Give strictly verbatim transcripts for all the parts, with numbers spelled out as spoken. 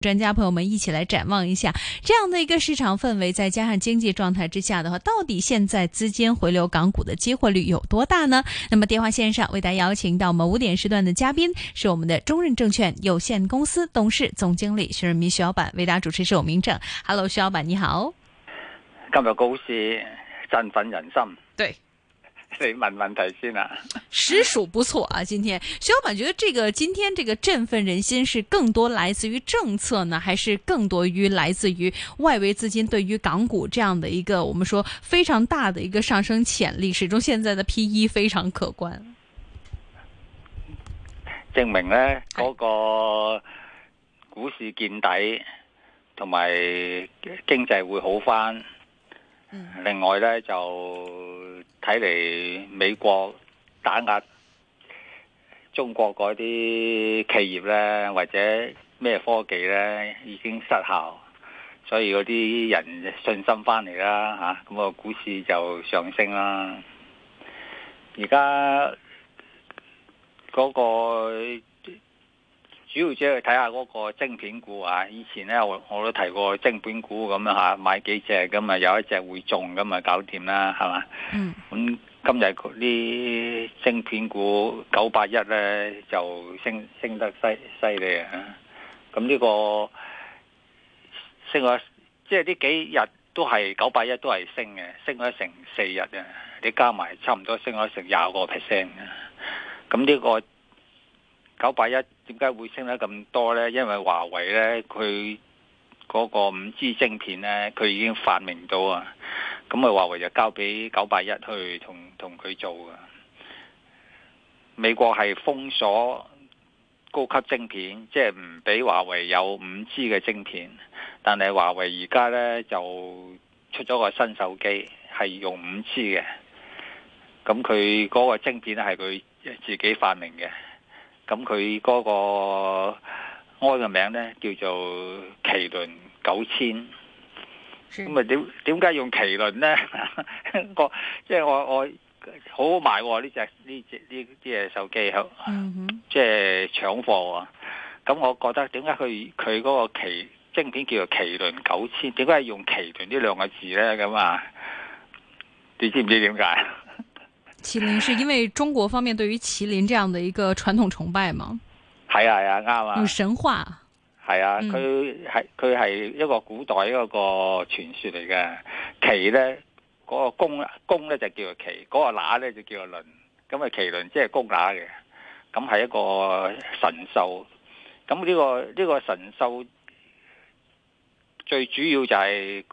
专家朋友们一起来展望一下这样的一个市场氛围，再加上经济状态之下的话，到底现在资金回流港股的机会率有多大呢？那么电话线上为大家邀请到我们五点时段的嘉宾是我们的中润证券有限公司董事总经理徐润民徐老板，为大家主持是我明正。Hello， 徐老板你好。 今日股市振奮人心， 对。 你問問題先啊， 实属不错啊！今天徐老板觉得这个今天这个振奋人心是更多来自于政策呢，还是更多于来自于外围资金对于港股这样的一个我们说非常大的一个上升潜力，始终现在的 P E 非常可观， 證明呢嗰、那個股市見底，同埋經濟會好返。嗯、另外呢，就睇嚟美國打壓中國嗰啲企業呢，或者咩科技呢已經失效，所以嗰啲人信心翻嚟啦嚇，咁、啊、個股市就上升啦。而家嗰個主要即係睇下嗰個晶片股啊，以前咧我我都提過晶片股咁樣嚇，買幾隻咁啊，有一隻會中咁啊，搞掂啦，係嘛？嗯。咁今日啲晶片股九八一咧就升升得犀犀利啊！咁呢個升咗，即係呢幾日都係九八一都係升嘅，升咗成四日啊！你加埋差唔多升咗成廿個 percent 啊！咁呢個九八一點解會升得咁多呢？因為華為呢，佢嗰個五 G 晶片呢，佢已經發明到啊，咁啊華為就交俾九八一去同同佢做嘅。美國係封鎖高級晶片，即係唔俾華為有五 G 嘅晶片，但係華為而家呢，就出咗個新手機係用五 G 嘅，咁佢嗰個晶片係佢自己發明嘅。咁佢嗰個開嘅名咧叫做麒麟九千，咁啊點點解用麒麟咧？個即係我我好好賣喎呢隻呢隻呢啲嘅手機，即係搶貨啊！咁我覺得點解佢佢嗰個麒晶片叫做麒麟九千？點解係用麒麟呢兩個字咧？咁啊，你知唔知點解？ 麒麟是因為中國方面對於麒麟這樣的一個傳統崇拜嗎？ 係啊係啊啱啊！ 用神話係啊，佢係佢係一個古代一個傳說嚟嘅。麒咧嗰個公公咧就叫做麒，嗰個乸咧就叫做麟。咁啊麒麟即係公乸嘅，咁係一個神獸。咁呢個呢個神獸最主要就係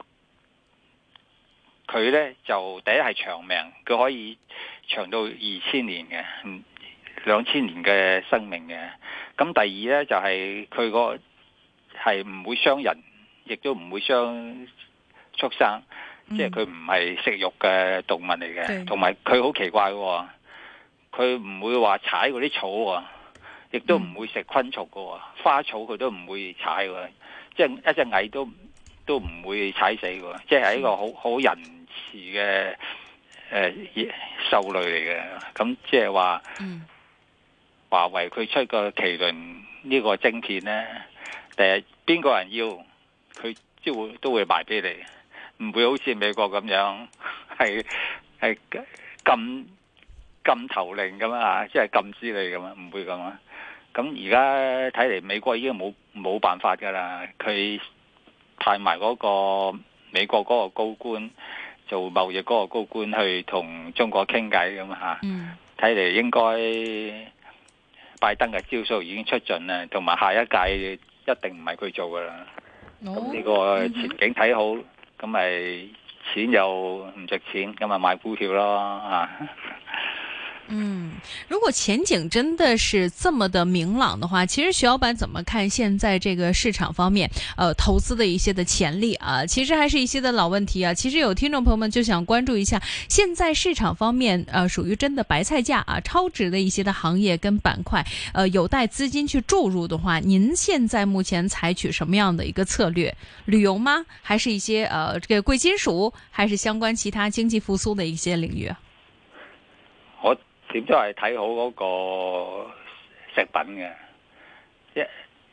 佢咧就第一係長命，佢可以長到二千年嘅，兩千年嘅生命嘅。咁第二呢，就係佢個係唔會傷人，亦都唔會傷畜生，嗯、即係佢唔係食肉嘅動物嚟嘅。同埋佢好奇怪嘅，佢唔會話踩嗰啲草啊，亦都唔會食昆蟲嘅，嗯、花草佢都唔會踩嘅，即係一隻蟻都都唔會踩死嘅，即係一個好好仁慈嘅。誒，獸類嚟嘅，咁即係話，華為佢出個麒麟呢個晶片呢，第日邊個人要，佢即會都會賣俾你，唔會好似美國咁樣係係禁禁頭令咁啊，即係禁止你咁啊，唔會咁啊。咁而家睇嚟，美國已經冇冇辦法噶啦，佢派埋嗰個美國嗰個高官。做貿易嗰個高官去同中國傾偈咁嚇，睇嚟、嗯、應該拜登嘅招數已經出盡啦，同埋下一屆一定唔係佢做噶啦。咁呢、哦、個前景睇好，咁咪、嗯、錢又唔值錢，咁咪買股票咯嚇。 嗯，如果前景真的是這麼的明朗的話，其實徐老闆怎麼看現在這個市場方面，呃，投資的一些的潛力啊？其實還是一些的老問題啊。其實有聽眾朋友們就想關注一下，現在市場方面，呃，屬於真的白菜價啊，超值的一些的行業跟板塊，呃，有待資金去注入的話，您現在目前採取什麼樣的一個策略？旅遊嗎？還是一些呃，這個貴金屬，還是相關其他經濟復甦的一些領域？ 我點都係睇好嗰個食品嘅，因因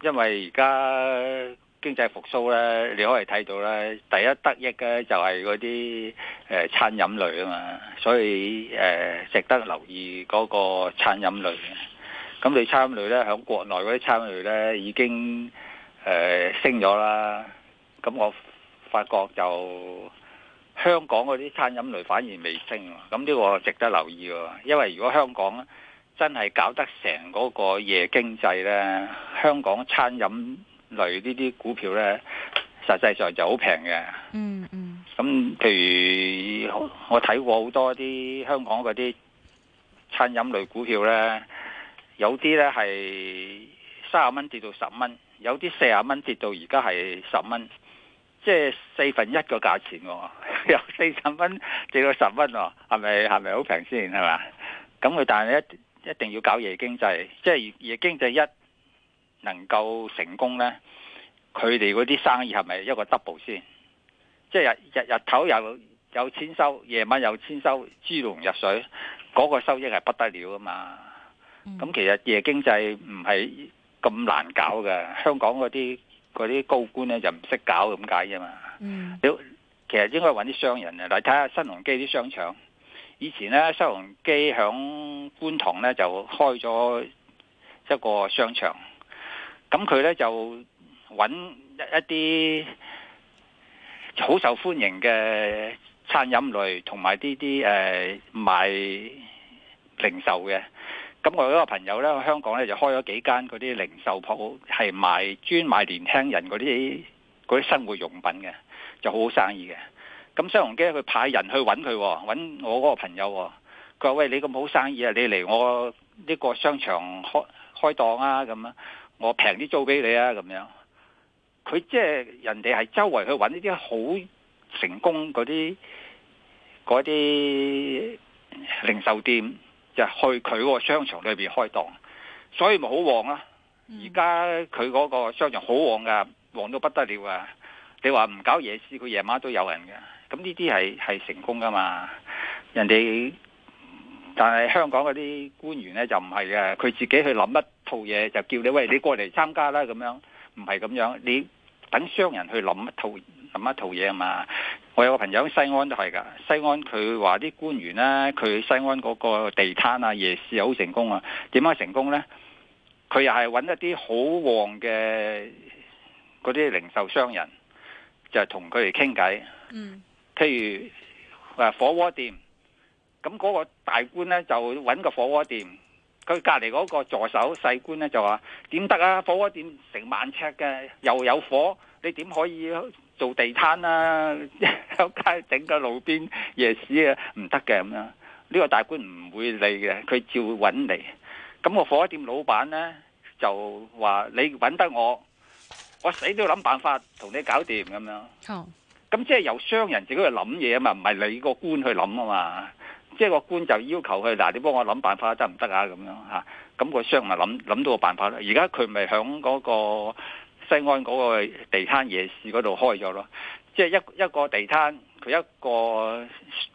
因為而家經濟復甦咧，你可以睇到咧，第一得益嘅就係嗰啲誒餐飲類啊嘛，所以誒、呃、值得留意嗰個餐飲類。咁你餐飲類咧，喺國內嗰啲餐飲類咧已經誒、呃、升咗啦。咁我發覺就香港嗰啲餐飲類反而未升，咁呢個值得留意喎。因為如果香港真係搞得成嗰個夜經濟咧，香港餐飲類呢啲股票咧，實際上就好平嘅。 嗯嗯。咁譬如我睇過好多啲香港嗰啲餐飲類股票咧，有啲咧係三十蚊跌到十蚊，有啲四十蚊跌到而家係十蚊，即係四分一個價錢喎，由四十蚊跌到十蚊喎，係咪係咪好平先係嘛？咁佢但係一一定要搞夜經濟，即係夜經濟一能夠成功呢，佢哋嗰啲生意係咪一個 double 先？即係日日日頭有有錢收，夜晚有錢收，豬籠入水，嗰個收益係不得了啊嘛！咁、嗯、其實夜經濟唔係咁難搞嘅，香港嗰啲嗰啲高官呢就唔識搞咁解啫嘛。嗯、你其實應該揾啲商人啊，嚟睇下新鴻基啲商場。以前呢，新鴻基響觀塘呢就開咗一個商場，咁佢呢就揾一啲好受歡迎嘅餐飲類同埋啲啲誒賣零售嘅。咁我有一個朋友咧，喺香港咧就開咗幾間嗰啲零售鋪，係賣專賣年輕人嗰啲嗰啲生活用品嘅，就好好生意嘅。咁新鴻基佢派人去揾佢，揾我嗰個朋友，佢話：喂，你咁好生意啊，你嚟我呢個商場開開檔啊，咁啊，我平啲租俾你啊，咁樣。佢即係人哋係周圍去揾呢啲好成功嗰啲嗰啲零售店。就去佢嗰個商場裏邊開檔，所以咪好旺啊！而家佢嗰個商場好旺噶，旺到不得了啊！你話唔搞夜市，佢夜晚都有人嘅。咁呢啲係係成功噶嘛？人哋，但係香港嗰啲官員呢，就唔係嘅，佢自己去諗一套嘢，就叫你喂，你過嚟參加啦咁樣，唔係咁樣，你等商人去諗一套諗一套嘢啊嘛。我有個朋友喺西安都係㗎，西安佢話啲官員呢，佢西安嗰個地攤啊、夜市好成功啊。點樣成功呢？佢又係揾一啲好旺嘅嗰啲零售商人，就同佢哋傾偈。嗯，譬如話火鍋店，咁嗰個大官呢，就揾個火鍋店，佢隔離嗰個助手細官呢，就話：點得啊？火鍋店成萬尺嘅，又有火，你點可以做地攤啊？有街整個路邊夜市啊，唔得嘅咁樣。呢個大官唔會理嘅，佢照揾嚟。咁個火鍋店老闆呢，就話：你揾得我，我死都要諗辦法同你搞掂咁樣。哦，咁即係由商人自己去諗嘢啊嘛，唔係你個官去諗啊嘛。即係個官就要求佢：嗱，你幫我諗辦法得唔得啊？咁樣嚇。咁個商咪諗諗到個辦法啦。而家佢咪響嗰個西安嗰個地攤夜市嗰度開咗咯，即係一一個地攤，佢一個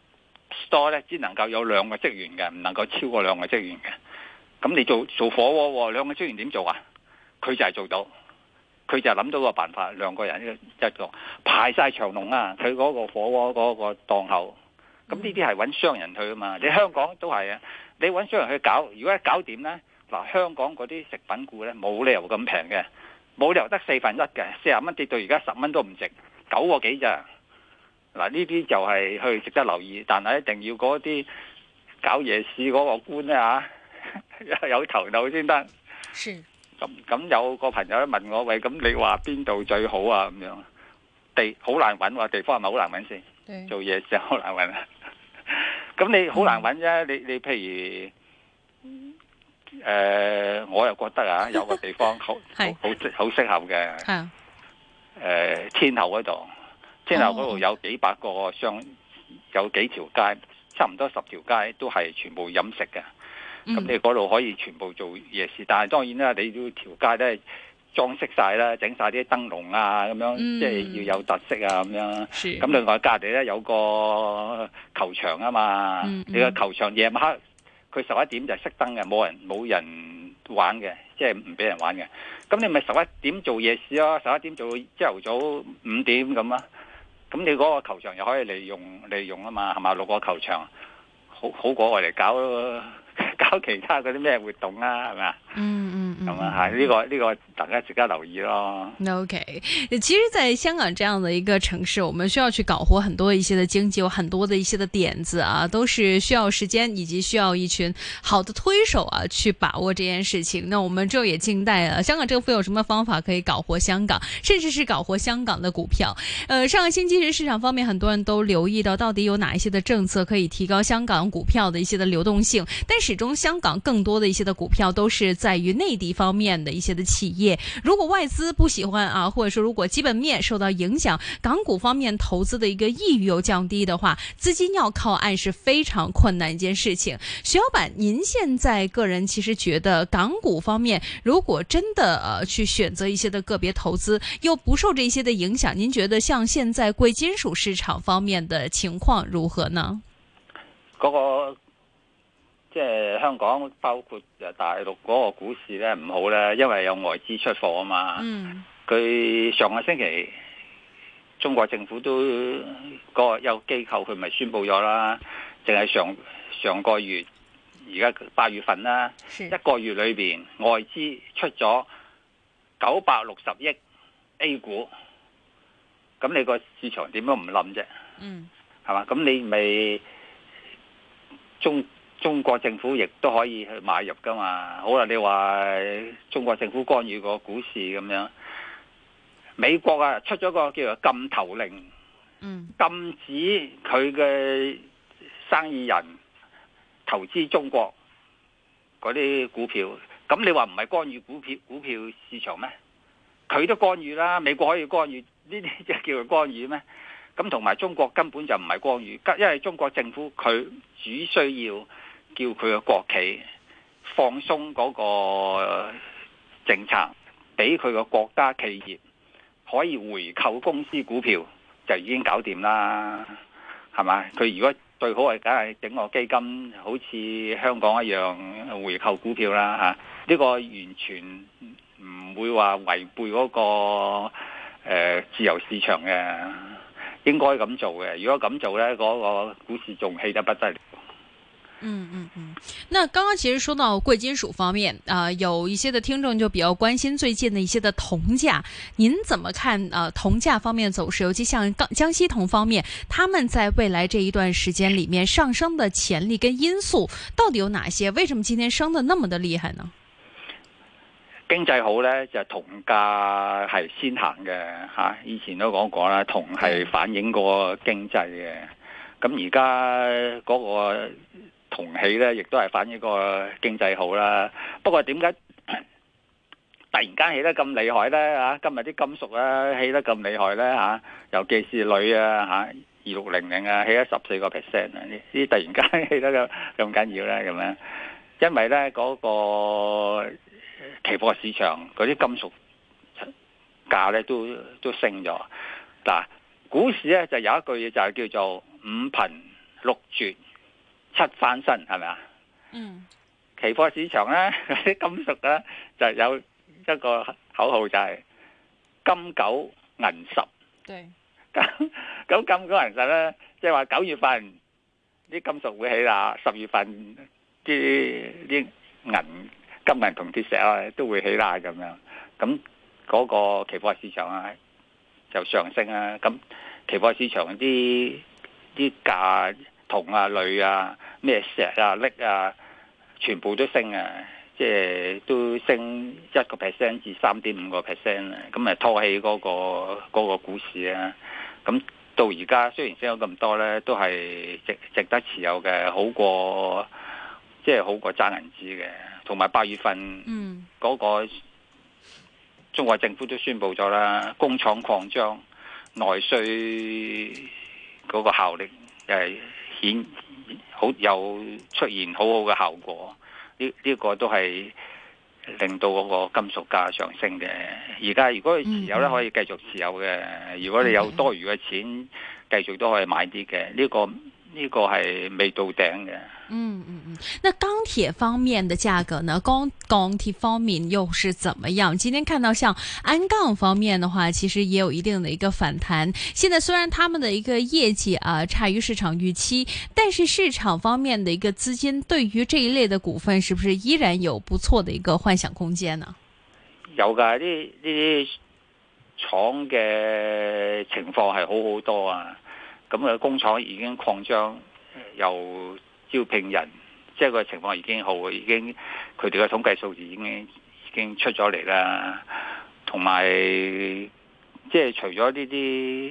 store 咧，只能夠有兩個職員嘅，唔能夠超過兩個職員嘅。咁你做做火鍋，兩個職員點做啊？佢就係做到，佢就諗到個辦法，兩個人一一個排晒長龍啊！佢嗰個火鍋嗰個檔口，咁呢啲係揾商人去啊嘛。你香港都係啊，你揾商人去搞，如果一搞掂呢，嗱，香港嗰啲食品股呢，冇理由咁平嘅。冇理由得四分一嘅，四十蚊跌到而家十蚊都唔值，九個幾咋？嗱，呢啲就係去值得留意，但係一定要嗰啲搞夜市嗰個官咧嚇，有頭腦先得。是。咁咁有個朋友咧問我：喂，咁你話邊度最好啊？咁樣地好難揾喎，地方係咪好難揾先？對做夜市好難揾啊！咁你好難揾啫，你你譬如。誒、呃，我又覺得啊，有個地方好好好好適合嘅。誒、呃，天后嗰度，天后嗰度有幾百個商，有幾條街，差唔多十條街都係全部飲食嘅。咁、嗯、你嗰度可以全部做夜市，但係當然啦，你要條街咧裝飾晒啦，整晒啲燈籠啊，咁樣、嗯、即係要有特色啊，咁樣。咁另外隔籬咧有個球場啊嘛，嗯嗯、你個球場夜晚黑。佢十一點就熄燈嘅，冇人冇人玩嘅，即係唔俾人玩嘅。 咁你咪十一點做夜市咯，十一點做朝頭早五點咁啊。咁你嗰個球場又可以利用利用啊嘛，係嘛？六個球場好好過我哋搞搞其他嗰啲咩活動啊，係咪啊？ 嗯嗯嗯， 咁啊係呢個呢個大家值得留意咯。 OK， 其實在香港這樣的一個城市，我們需要去搞活很多一些的經濟，有很多的一些的點子啊，都是需要時間以及需要一群好的推手啊去把握這件事情。那我們就也靜待了香港政府有什麼方法可以搞活香港，甚至是搞活香港的股票。呃，上個星期日市場方面，很多人都留意到到底有哪一些的政策可以提高香港股票的一些的流動性，但始終香港更多的一些的股票都是在於內地方面的一些的企業，如果外資不喜歡啊，或者說如果基本面受到影響，港股方面投資的一個意欲又降低的話，資金要靠岸是非常困難一件事情。徐老闆，您現在個人其實覺得港股方面，如果真的呃去選擇一些的個別投資，又不受這些的影響，您覺得像現在貴金屬市場方面的情況如何呢？ 嗰個即係香港包括大陸嗰個股市咧唔好咧，因為有外資出貨啊嘛。嗯。佢上個星期中國政府都個有機構佢咪宣布咗啦，淨係上上個月而家八月份啦，一個月裏邊外資出咗九百六十億 A 股，咁你個市場點都唔冧啫？嗯。係嘛？咁你咪中中國政府亦都可以去買入噶嘛？好啦，你話中國政府干預個股市咁樣，美國啊出咗個叫做禁投令，嗯，禁止佢嘅生意人投資中國嗰啲股票。咁你話唔係干預股票股票市場咩？佢都干預啦，美國可以干預，呢啲就叫做干預咩？咁同埋中國根本就唔係干預，因為中國政府佢只需要叫佢嘅國企放鬆嗰個政策，俾佢嘅國家企業可以回購公司股票，就已經搞掂啦，係嘛？佢如果最好係梗係整個基金，好似香港一樣回購股票啦嚇。呢個完全唔會話違背嗰個誒自由市場嘅。應該咁做嘅，如果咁做呢，嗰個股市仲氣得不得了。 嗯嗯嗯，那剛剛其實說到貴金屬方面啊、呃，有一些的聽眾就比較關心最近的一些的銅價，您怎麼看啊、呃？銅價方面的走勢，尤其像江西銅方面，他們在未來這一段時間裏面上升的潛力跟因素到底有哪些？為什麼今天升得那麼的厲害呢？ 經濟好呢，就銅價係先行嘅吓，以前都講過啦，銅係反映個經濟嘅。咁而家嗰個銅起呢，亦都係反映個經濟好啦。不過點解突然間起得咁厲害呢？吓，今日啲金屬啊起得咁厲害呢？吓，尤其是鋁啊吓，二六零零啊起咗十四個 percent 啊，呢啲突然間起得咁咁緊要呢？咁樣，因為呢嗰個。期貨市場嗰啲金屬價咧都都升咗。嗱，股市咧就有一句嘢就係叫做五貧六絕七翻身，係咪啊？嗯。期貨市場咧嗰啲金屬咧就有一個口號就係金九銀十。對。咁咁金九銀十咧，即係話九月份啲金屬會起啦，十月份啲啲銀。金銀同鐵石啊都會起啦咁樣，咁嗰個期貨市場啊就上升啊，咁期貨市場啲啲價銅啊、鋁啊、咩石啊、鋁啊，全部都升啊，即係都升一個 percent 至三點五個 percent 啊，咁啊拖起嗰個嗰個股市啊，咁到而家雖然升咗咁多咧，都係值值得持有嘅，好過即係好過揸銀紙嘅。同埋八月份嗰個中國政府都宣布咗啦，工廠擴張內需嗰個效力係顯好有出現好好嘅效果，呢呢、這個都係令到嗰個金屬價上升嘅。而家如果你持有咧，可以繼續持有嘅。如果你有多餘嘅錢，繼續都可以買啲嘅。呢、這個呢、這個係未到頂嘅。 嗯嗯嗯，那鋼鐵方面的價格呢？鋼鋼鐵方面又是怎麼樣？今天看到像鞍鋼方面的話，其實也有一定的一個反彈。現在雖然他們的一個業績啊差於市場預期，但是市場方面的一個資金對於這一類的股份，是不是依然有不錯的一個幻想空間呢？ 有噶，呢呢啲廠嘅情況係好好多啊！咁啊，工廠已經擴張，又招聘人，即係個情況已經好，已經佢哋嘅統計數字已經已經出咗嚟啦。同埋即係除咗呢啲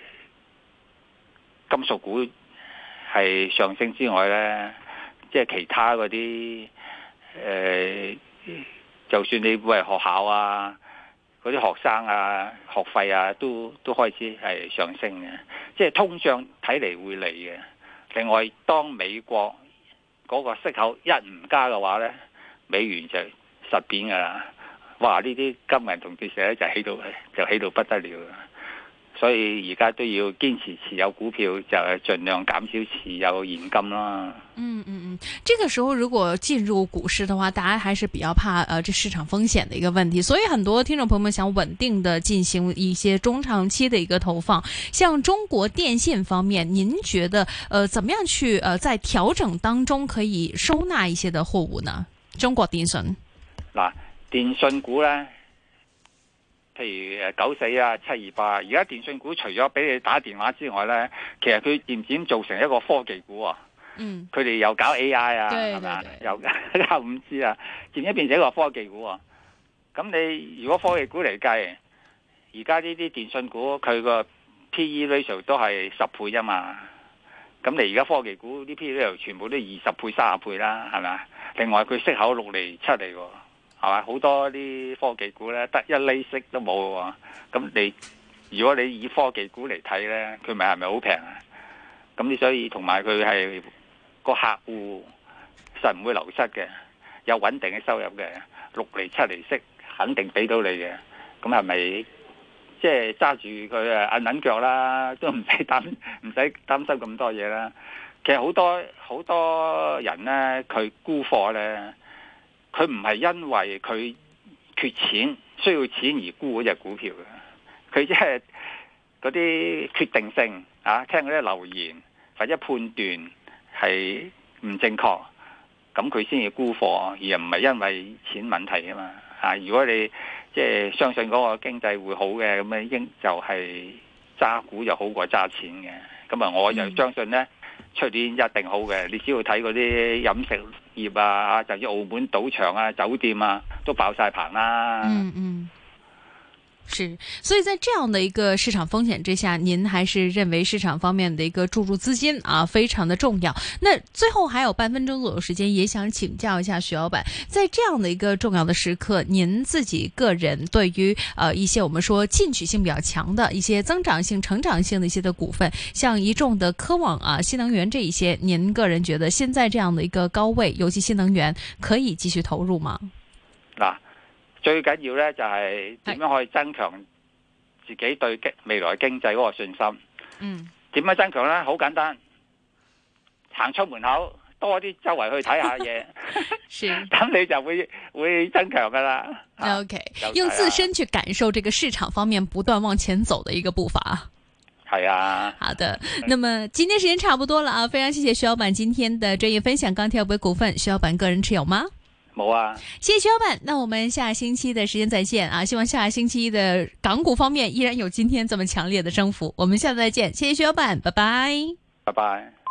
金屬股係上升之外咧，即係其他嗰啲誒，就算你為學校啊，嗰啲學生啊，學費啊，都都開始係上升嘅。即係通脹睇嚟會嚟嘅。另外，當美國嗰個息口一唔加嘅話咧，美元就實貶噶啦。哇！呢啲金銀同結石咧就起到就起到不得了。所以而家都要堅持持有股票，就係盡量減少持有現金啦。 嗯嗯嗯，這個時候如果進入股市的話，大家還是比較怕呃，這市場風險的一個問題。所以很多聽眾朋友們想穩定的進行一些中長期的一個投放。像中國電信方面，您覺得呃，怎麼樣去呃，在調整當中可以收納一些的貨物呢？中國電信嗱，電信股呢，譬如誒九四啊、七二八，而家電信股除咗俾你打電話之外呢，其實佢漸漸做成一個科技股啊。嗯，佢哋又搞 A I 啊，係咪？又搞五 G 啊，漸漸變成一個科技股啊。咁你如果科技股嚟計，而家呢啲電信股佢個 P E ratio 都係十倍啊嘛。咁你而家科技股啲 P E ratio 全部都二十倍、三十倍啦，係咪？另外佢息口六厘、七厘喎。係嘛？好多啲科技股咧，得一厘息都冇喎。咁你如果你以科技股嚟睇咧，佢咪係咪好平啊？咁你所以同埋佢係個客戶實唔會流失嘅，有穩定嘅收入嘅，六厘七厘息肯定俾到你嘅。咁係咪即係揸住佢啊揞揞腳啦，都唔使擔唔使擔心咁多嘢啦？其實好多好多人咧，佢沽貨咧。佢唔係因為佢缺錢需要錢而沽嗰隻股票嘅，佢即係嗰啲決定性啊，聽嗰啲流言或者判斷係唔正確，咁佢先至沽貨，而唔係因為錢問題啊嘛。啊，如果你即係相信嗰個經濟會好嘅，咁咧應就係揸股就好過揸錢嘅。咁啊，我就相信呢。出年一定好嘅，你只要睇嗰啲飲食業啊，就似澳門賭場啊、酒店啊，都爆晒棚啦。 嗯嗯。是，所以在這樣的一個市場風險之下，您還是認為市場方面的一個注入資金啊非常的重要。那最後還有半分鐘左右時間，也想請教一下徐老闆，在這樣的一個重要的時刻，您自己個人對於呃一些我們說進取性比較強的一些增長性、成長性的一些的股份，像一眾的科網啊、新能源這一些，您個人覺得現在這樣的一個高位，尤其新能源可以繼續投入嗎？ 嗱。最緊要咧就係點樣可以增強自己對未來經濟嗰個信心。嗯，點樣增強咧？好簡單，行出門口多啲周圍去睇下嘢，咁你就會會增強噶啦。 OK，用自身去感受這個市場方面不斷往前走的一個步伐。 係啊， 好的。那麼今天時間差不多了啊，非常謝謝徐老闆今天的專業分享。鋼鐵股份，徐老闆個人持有嗎？ 冇啊， 謝謝徐老闆。那我們下星期的時間再見啊！希望下星期的港股方面依然有今天這麼強烈的升幅。我們下次再見，謝謝徐老闆，拜拜， 拜拜。